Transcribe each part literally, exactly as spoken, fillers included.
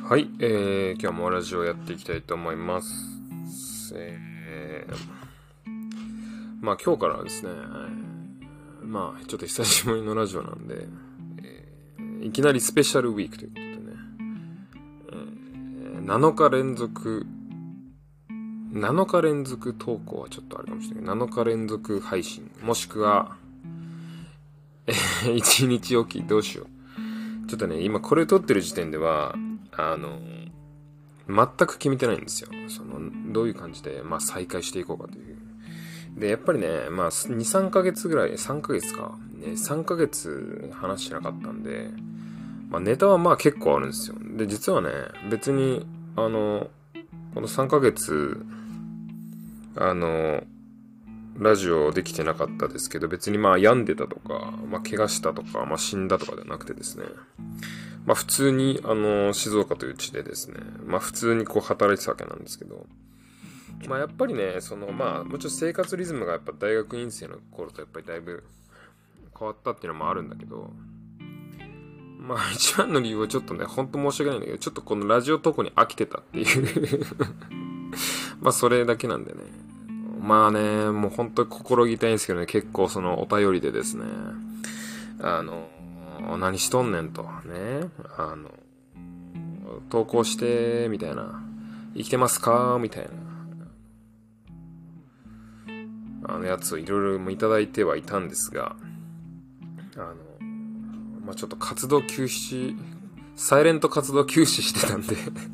はい、えー、今日もラジオやっていきたいと思います。えー、まあ今日からはですね、まあちょっと久しぶりのラジオなんで、えー、いきなりスペシャルウィークということでね、えー、なのか連続、なのか連続投稿はちょっとあるかもしれない。なのか連続配信、もしくは、えー、いちにちおきどうしよう。ちょっとね、今これ撮ってる時点では、あの、全く決めてないんですよ。その、どういう感じで、まあ再開していこうかという。で、やっぱりね、まあ、に、さんかげつぐらい、さんかげつか。ね、さんかげつ話してなかったんで、まあネタはまあ結構あるんですよ。で、実はね、別に、あの、このさんかげつ、あの、ラジオできてなかったですけど、別にまあ病んでたとか、まあ怪我したとか、まあ死んだとかではなくてですね、まあ普通に、あの、静岡という地でですね、まあ普通にこう働いてたわけなんですけど、まあやっぱりね、そのまあもちろん生活リズムがやっぱ大学院生の頃とやっぱりだいぶ変わったっていうのもあるんだけど、まあ一番の理由はちょっとね、ほんと申し訳ないんだけど、ちょっとこのラジオ投稿に飽きてたっていうまあそれだけなんでね。まあね、もう本当に心痛いんですけどね、結構そのお便りでですね、あの、何しとんねんと、ね、あの、投稿して、みたいな、生きてますかみたいな、あのやつをいろいろいただいてはいたんですが、あの、まあちょっと活動休止、サイレント活動休止してたんで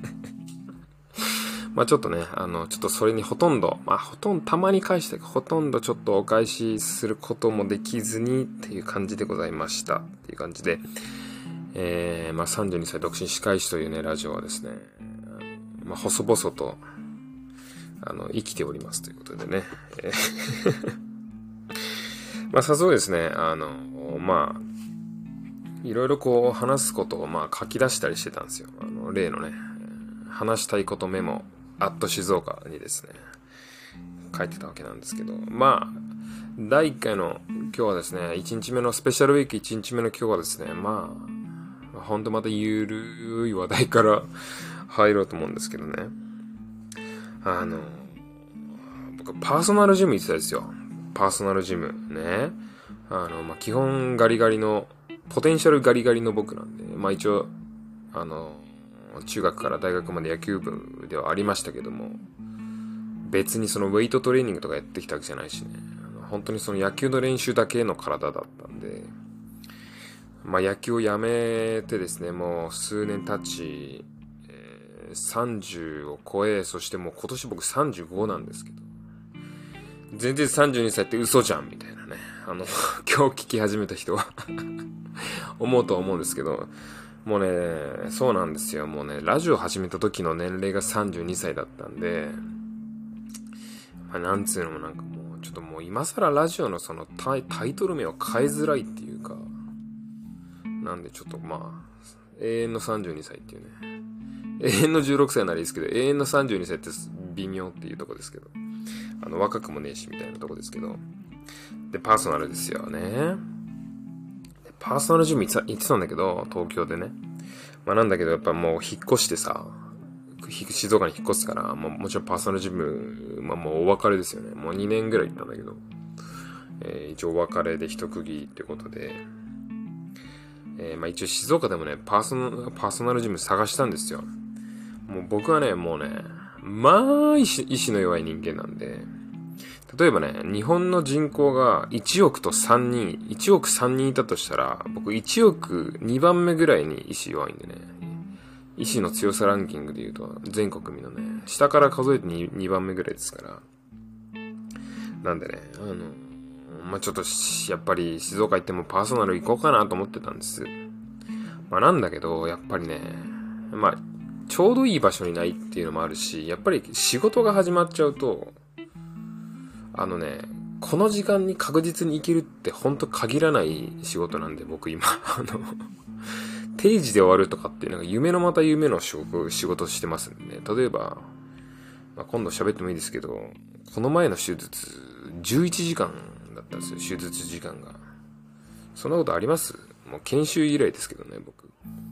まあちょっとね、あの、ちょっとそれにほとんど、まあほとんどたまに返してほとんどちょっとお返しすることもできずにっていう感じでございましたっていう感じで、えー、まあさんじゅうにさい独身司会師というね、ラジオはですね、まあ細々と、あの、生きておりますということでね、えーまあ早速ですね、あの、まあ、いろいろこう話すことをまあ書き出したりしてたんですよ。あの、例のね、話したいことメモ、アット静岡にですね、書いてたわけなんですけど、まあ、だいいっかいの今日はですね、いちにちめのスペシャルウィークいちにちめの今日はですね、まあ、ほんとまたゆるい話題から入ろうと思うんですけどね。あの、僕パーソナルジム行ってたんですよ。パーソナルジムね。あの、まあ、基本ガリガリの、ポテンシャルガリガリの僕なんで、まあ一応、あの、中学から大学まで野球部ではありましたけども、別にそのウェイトトレーニングとかやってきたわけじゃないしね、あの本当にその野球の練習だけの体だったんで、まあ野球をやめてですね、もう数年経ち、えー、さんじゅうを超え、そしてもう今年僕さんじゅうごなんですけど、全然さんじゅうにさいって嘘じゃんみたいなね、あの今日聞き始めた人は思うとは思うんですけど、もうね、そうなんですよ。もうね、ラジオ始めた時の年齢がさんじゅうにさいだったんで、まあ、なんつうのもなんかもう、ちょっともう今更ラジオのそのタイ、タイトル名を変えづらいっていうか、なんでちょっとまあ、永遠のさんじゅうにさいっていうね。永遠のじゅうろくさいならいいですけど、永遠のさんじゅうにさいって微妙っていうとこですけど。あの、若くもねえしみたいなとこですけど。で、パーソナルですよね。パーソナルジム行ってたんだけど、東京でね。まあなんだけど、やっぱもう引っ越してさ、静岡に引っ越すから、もうもちろんパーソナルジム、まあもうお別れですよね。もうにねんぐらい行ったんだけど、えー、一応お別れで一区切りってことで、えー、まあ一応静岡でもね、パーソナ、パーソナルジム探したんですよ。もう僕はね、もうね、まあ意志、意志の弱い人間なんで、例えばね、日本の人口がいちおくとさんにん、いちおくさんにんいたとしたら、僕いちおくにばんめぐらいに意志弱いんでね、意志の強さランキングで言うと、全国民のね、下から数えて 2, にばんめぐらいですから。なんでね、あの、まあ、ちょっと、やっぱり静岡行ってもパーソナル行こうかなと思ってたんです。まあ、なんだけど、やっぱりね、まあ、ちょうどいい場所にないっていうのもあるし、やっぱり仕事が始まっちゃうと、あのね、この時間に確実に行けるってほんと限らない仕事なんで、僕今、あの、定時で終わるとかっていうのが夢のまた夢の仕事してますんでね。例えば、まあ、今度喋ってもいいですけど、この前の手術、じゅういちじかんだったんですよ、手術時間が。そんなことあります？もう研修以来ですけどね、僕。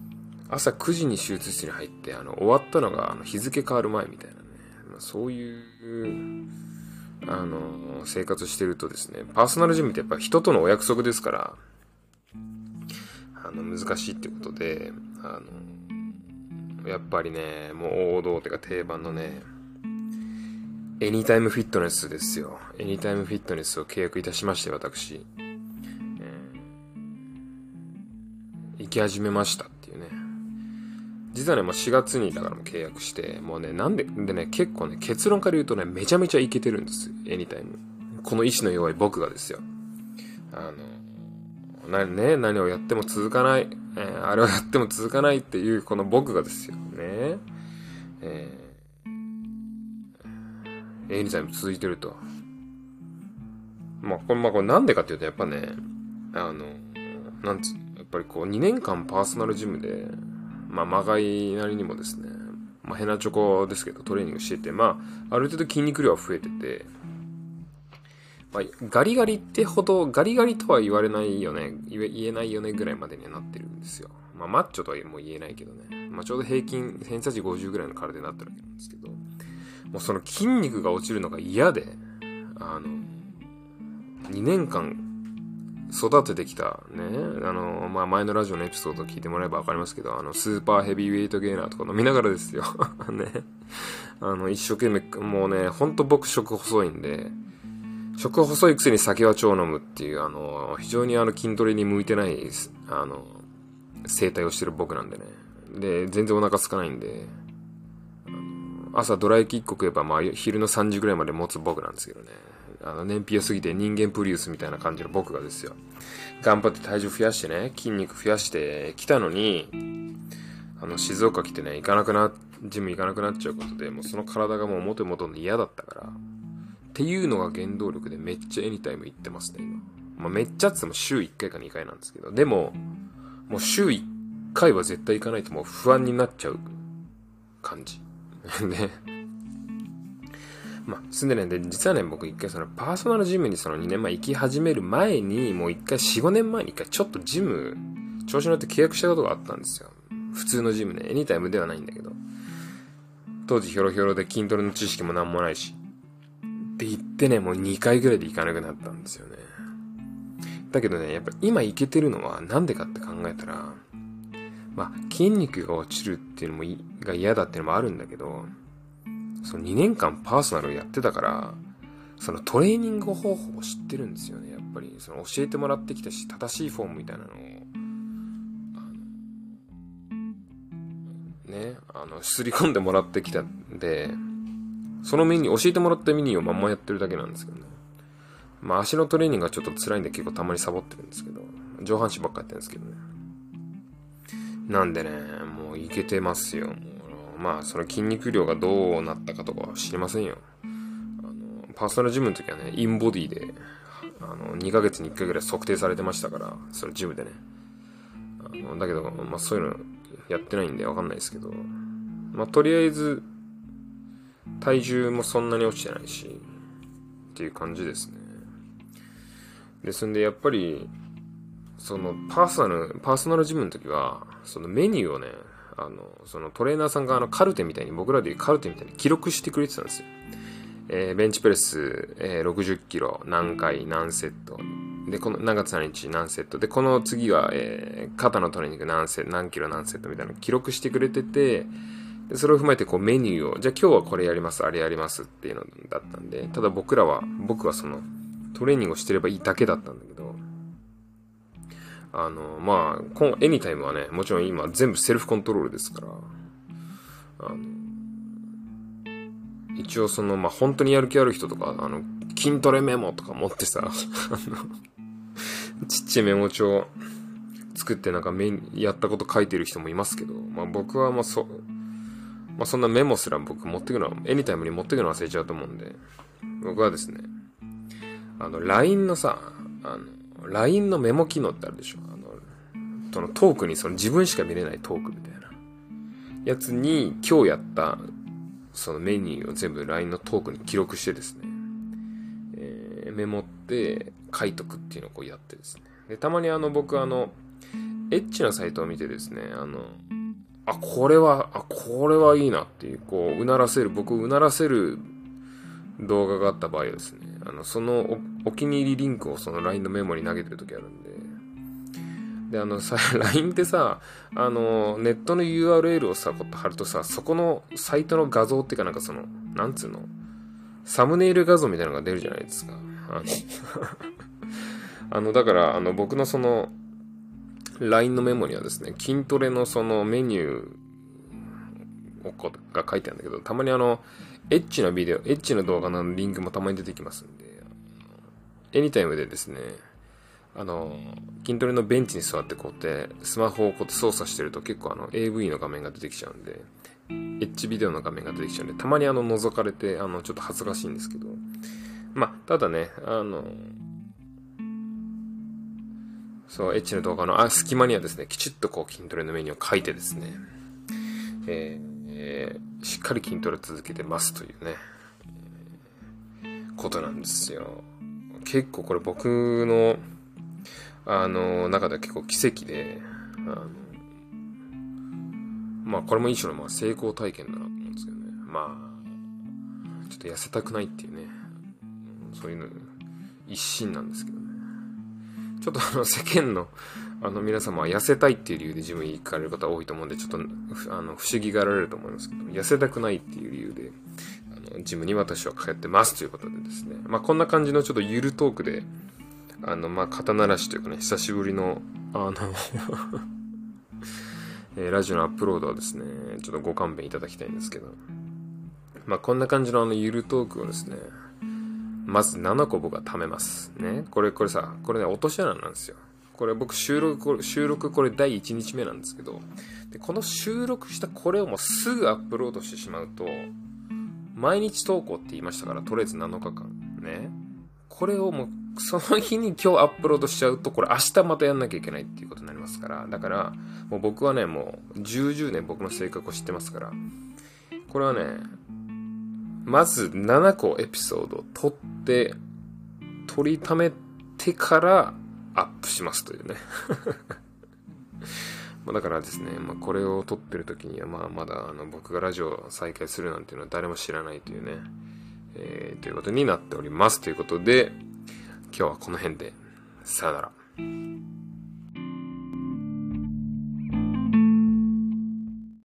朝くじに手術室に入って、あの、終わったのがあの日付変わる前みたいなね。まあ、そういう、あの、生活してるとですね、パーソナルジムってやっぱ人とのお約束ですから、あの、難しいってことで、あの、やっぱりね、もう王道っていうか定番のね、エニタイムフィットネスですよ。エニタイムフィットネスを契約いたしまして、私。えー、行き始めましたっていうね。実はね、もうしがつにだからも契約して、もうね、なんで、でね、結構ね、結論から言うとね、めちゃめちゃイケてるんです。エニタイム。この意志の弱い僕がですよ。あの、な、ね、何をやっても続かない、えー、あれをやっても続かないっていう、この僕がですよ。ね。えー、エニタイム続いてると。まあ、これ、まあ、これなんでかっていうと、やっぱね、あの、なんつ、やっぱりこう、にねんかんパーソナルジムで、まあ、まがいなりにもですね、まあ、ヘナチョコですけど、トレーニングしてて、まあ、ある程度筋肉量は増えてて、まあ、ガリガリってほど、ガリガリとは言われないよね、言えないよねぐらいまでにはなってるんですよ。まあ、マッチョとはもう言えないけどね。まあ、ちょうど平均、偏差値ごじゅうぐらいの体になってるわけなんですけど、もうその筋肉が落ちるのが嫌で、あの、にねんかん育ててきたね、あの、まあ、前のラジオのエピソードを聞いてもらえばわかりますけど、あの、スーパーヘビーウェイトゲーナーとか飲みながらですよ。ね。あの、一生懸命、もうね、ほんと僕食細いんで、食細いくせに酒は超飲むっていう、あの、非常にあの、筋トレに向いてない、あの、生態をしてる僕なんでね。で、全然お腹空かないんで、朝ドラ焼きいっこ食えば、まあ、昼のさんじぐらいまで持つ僕なんですけどね。あの、燃費良すぎて人間プリウスみたいな感じの僕がですよ。頑張って体重増やしてね、筋肉増やしてきたのに、あの、静岡来てね、行かなくな、ジム行かなくなっちゃうことで、もうその体がもう元に戻るの嫌だったから、っていうのが原動力でめっちゃエニタイム行ってますね、今。まあ、めっちゃって言っても週いっかいかにかいなんですけど、でも、もう週いっかいは絶対行かないともう不安になっちゃう感じ。ね。まあ、住んでないんで、実はね、僕一回そのパーソナルジムにそのにねんまえ行き始める前に、もう一回よん、ごねんまえに一回ちょっとジム、調子に乗って契約したことがあったんですよ。普通のジムね、エニタイムではないんだけど。当時ヒョロヒョロで筋トレの知識もなんもないし。って言ってね、もうにかいぐらいで行かなくなったんですよね。だけどね、やっぱ今行けてるのはなんでかって考えたら、まあ、筋肉が落ちるっていうのもが嫌だっていうのもあるんだけど、そのにねんかんパーソナルをやってたから、そのトレーニング方法を知ってるんですよね、やっぱり。その教えてもらってきたし、正しいフォームみたいなのを、あのね、あの、すり込んでもらってきたんで、そのメニュー、教えてもらったメニューをまんまやってるだけなんですけどね。まあ足のトレーニングがちょっと辛いんで結構たまにサボってるんですけど、上半身ばっかやってるんですけどね。なんでね、もういけてますよ。まあその筋肉量がどうなったかとかは知りませんよ。あのパーソナルジムの時はね、インボディであのにかげつにいっかいぐらい測定されてましたから、そのジムでね。あのだけど、まあそういうのやってないんでわかんないですけど、まあとりあえず体重もそんなに落ちてないしっていう感じですね。ですんでやっぱりそのパーソナルパーソナルジムの時はそのメニューをね、あのそのトレーナーさんがあのカルテみたいに、僕らでいうカルテみたいに記録してくれてたんですよ。えー、ベンチプレス、えー、ろくじゅっキロ何回何セットで、この何月何日何セットで、この次は、えー、肩のトレーニング何セ何キロ何セットみたいなの記録してくれてて、でそれを踏まえてこうメニューを、じゃあ今日はこれやりますあれやりますっていうのだったんで、ただ僕らは僕はそのトレーニングをしてればいいだけだったんだけど、あのまあこのエニタイムはね、もちろん今全部セルフコントロールですから、あの一応そのまあ本当にやる気ある人とか、あの筋トレメモとか持ってさ、あのちっちゃいメモ帳作ってなんかメやったこと書いてる人もいますけど、まあ僕はまあそまあそんなメモすら僕持ってくのは、エニタイムに持ってくの忘れちゃうと思うんで、僕はですね、あの ライン のさ、あの ライン のメモ機能ってあるでしょ。あのそのトークにその自分しか見れないトークみたいなやつに今日やったそのメニューを全部 ライン のトークに記録してですね、えー、メモって書いとくっていうのをこうやってですね。で、たまにあの僕あのエッチなサイトを見てですね、あのあ、これは、あ、これはいいなっていう、こう、うならせる、僕をうならせる動画があった場合はですね、あの、そのお、お気に入りリンクをその ライン のメモに投げてるときあるんで、で、あのさ、ライン ってさ、あの、ネットの ユーアールエル をさ、こう貼るとさ、そこのサイトの画像っていうかなんかその、なんつうの、サムネイル画像みたいなのが出るじゃないですか。あの、あのだから、あの、僕のその、ライン のメモにはですね、筋トレのそのメニューが書いてあるんだけど、たまにあの、エッチなビデオ、エッチな動画のリンクもたまに出てきますんで、エニタイムでですね、あの、筋トレのベンチに座ってこうやってスマホをこうやって操作してると結構あの エーブイ の画面が出てきちゃうんで、エッチビデオの画面が出てきちゃうんで、たまにあの覗かれて、あのちょっと恥ずかしいんですけど、まあ、ただね、あの、そう、エッチな動画のあ隙間にはですね、きちっとこう筋トレのメニューを書いてですね、えーえー、しっかり筋トレ続けてますというね、えー、ことなんですよ。結構これ僕のあの中では結構奇跡で、あのまあこれも一種のまあ成功体験だなと思うんですけどね。まあちょっと痩せたくないっていうね、そういうの一心なんですけどね。ちょっとあの世間のあの皆様は痩せたいっていう理由でジムに行かれる方多いと思うんで、ちょっとあの不思議がられると思いますけど、痩せたくないっていう理由であのジムに私は通ってますということでですね、まあこんな感じのちょっとゆるトークで、あのまあ肩慣らしというかね、久しぶりのあのえー、ラジオのアップロードはですね、ちょっとご勘弁いただきたいんですけど、まあこんな感じのあのゆるトークをですね、まずななこ僕は貯めますね。これこれさ、これね落とし穴なんですよ。これ僕収録収録これだいいちにちめなんですけど、でこの収録したこれをもうすぐアップロードしてしまうと、毎日投稿って言いましたから、とりあえずなのかかんね。これをもうその日に今日アップロードしちゃうと、これ明日またやんなきゃいけないっていうことになりますから、だからもう僕はね、もう重々ね僕の性格を知ってますから、これはね、まずななこエピソードを撮って撮りためてからアップしますというねまあだからですね、まあ、これを撮ってる時にはまあまだあの僕がラジオを再開するなんていうのは誰も知らないというね、えー、ということになっておりますということで、今日はこの辺でさよなら。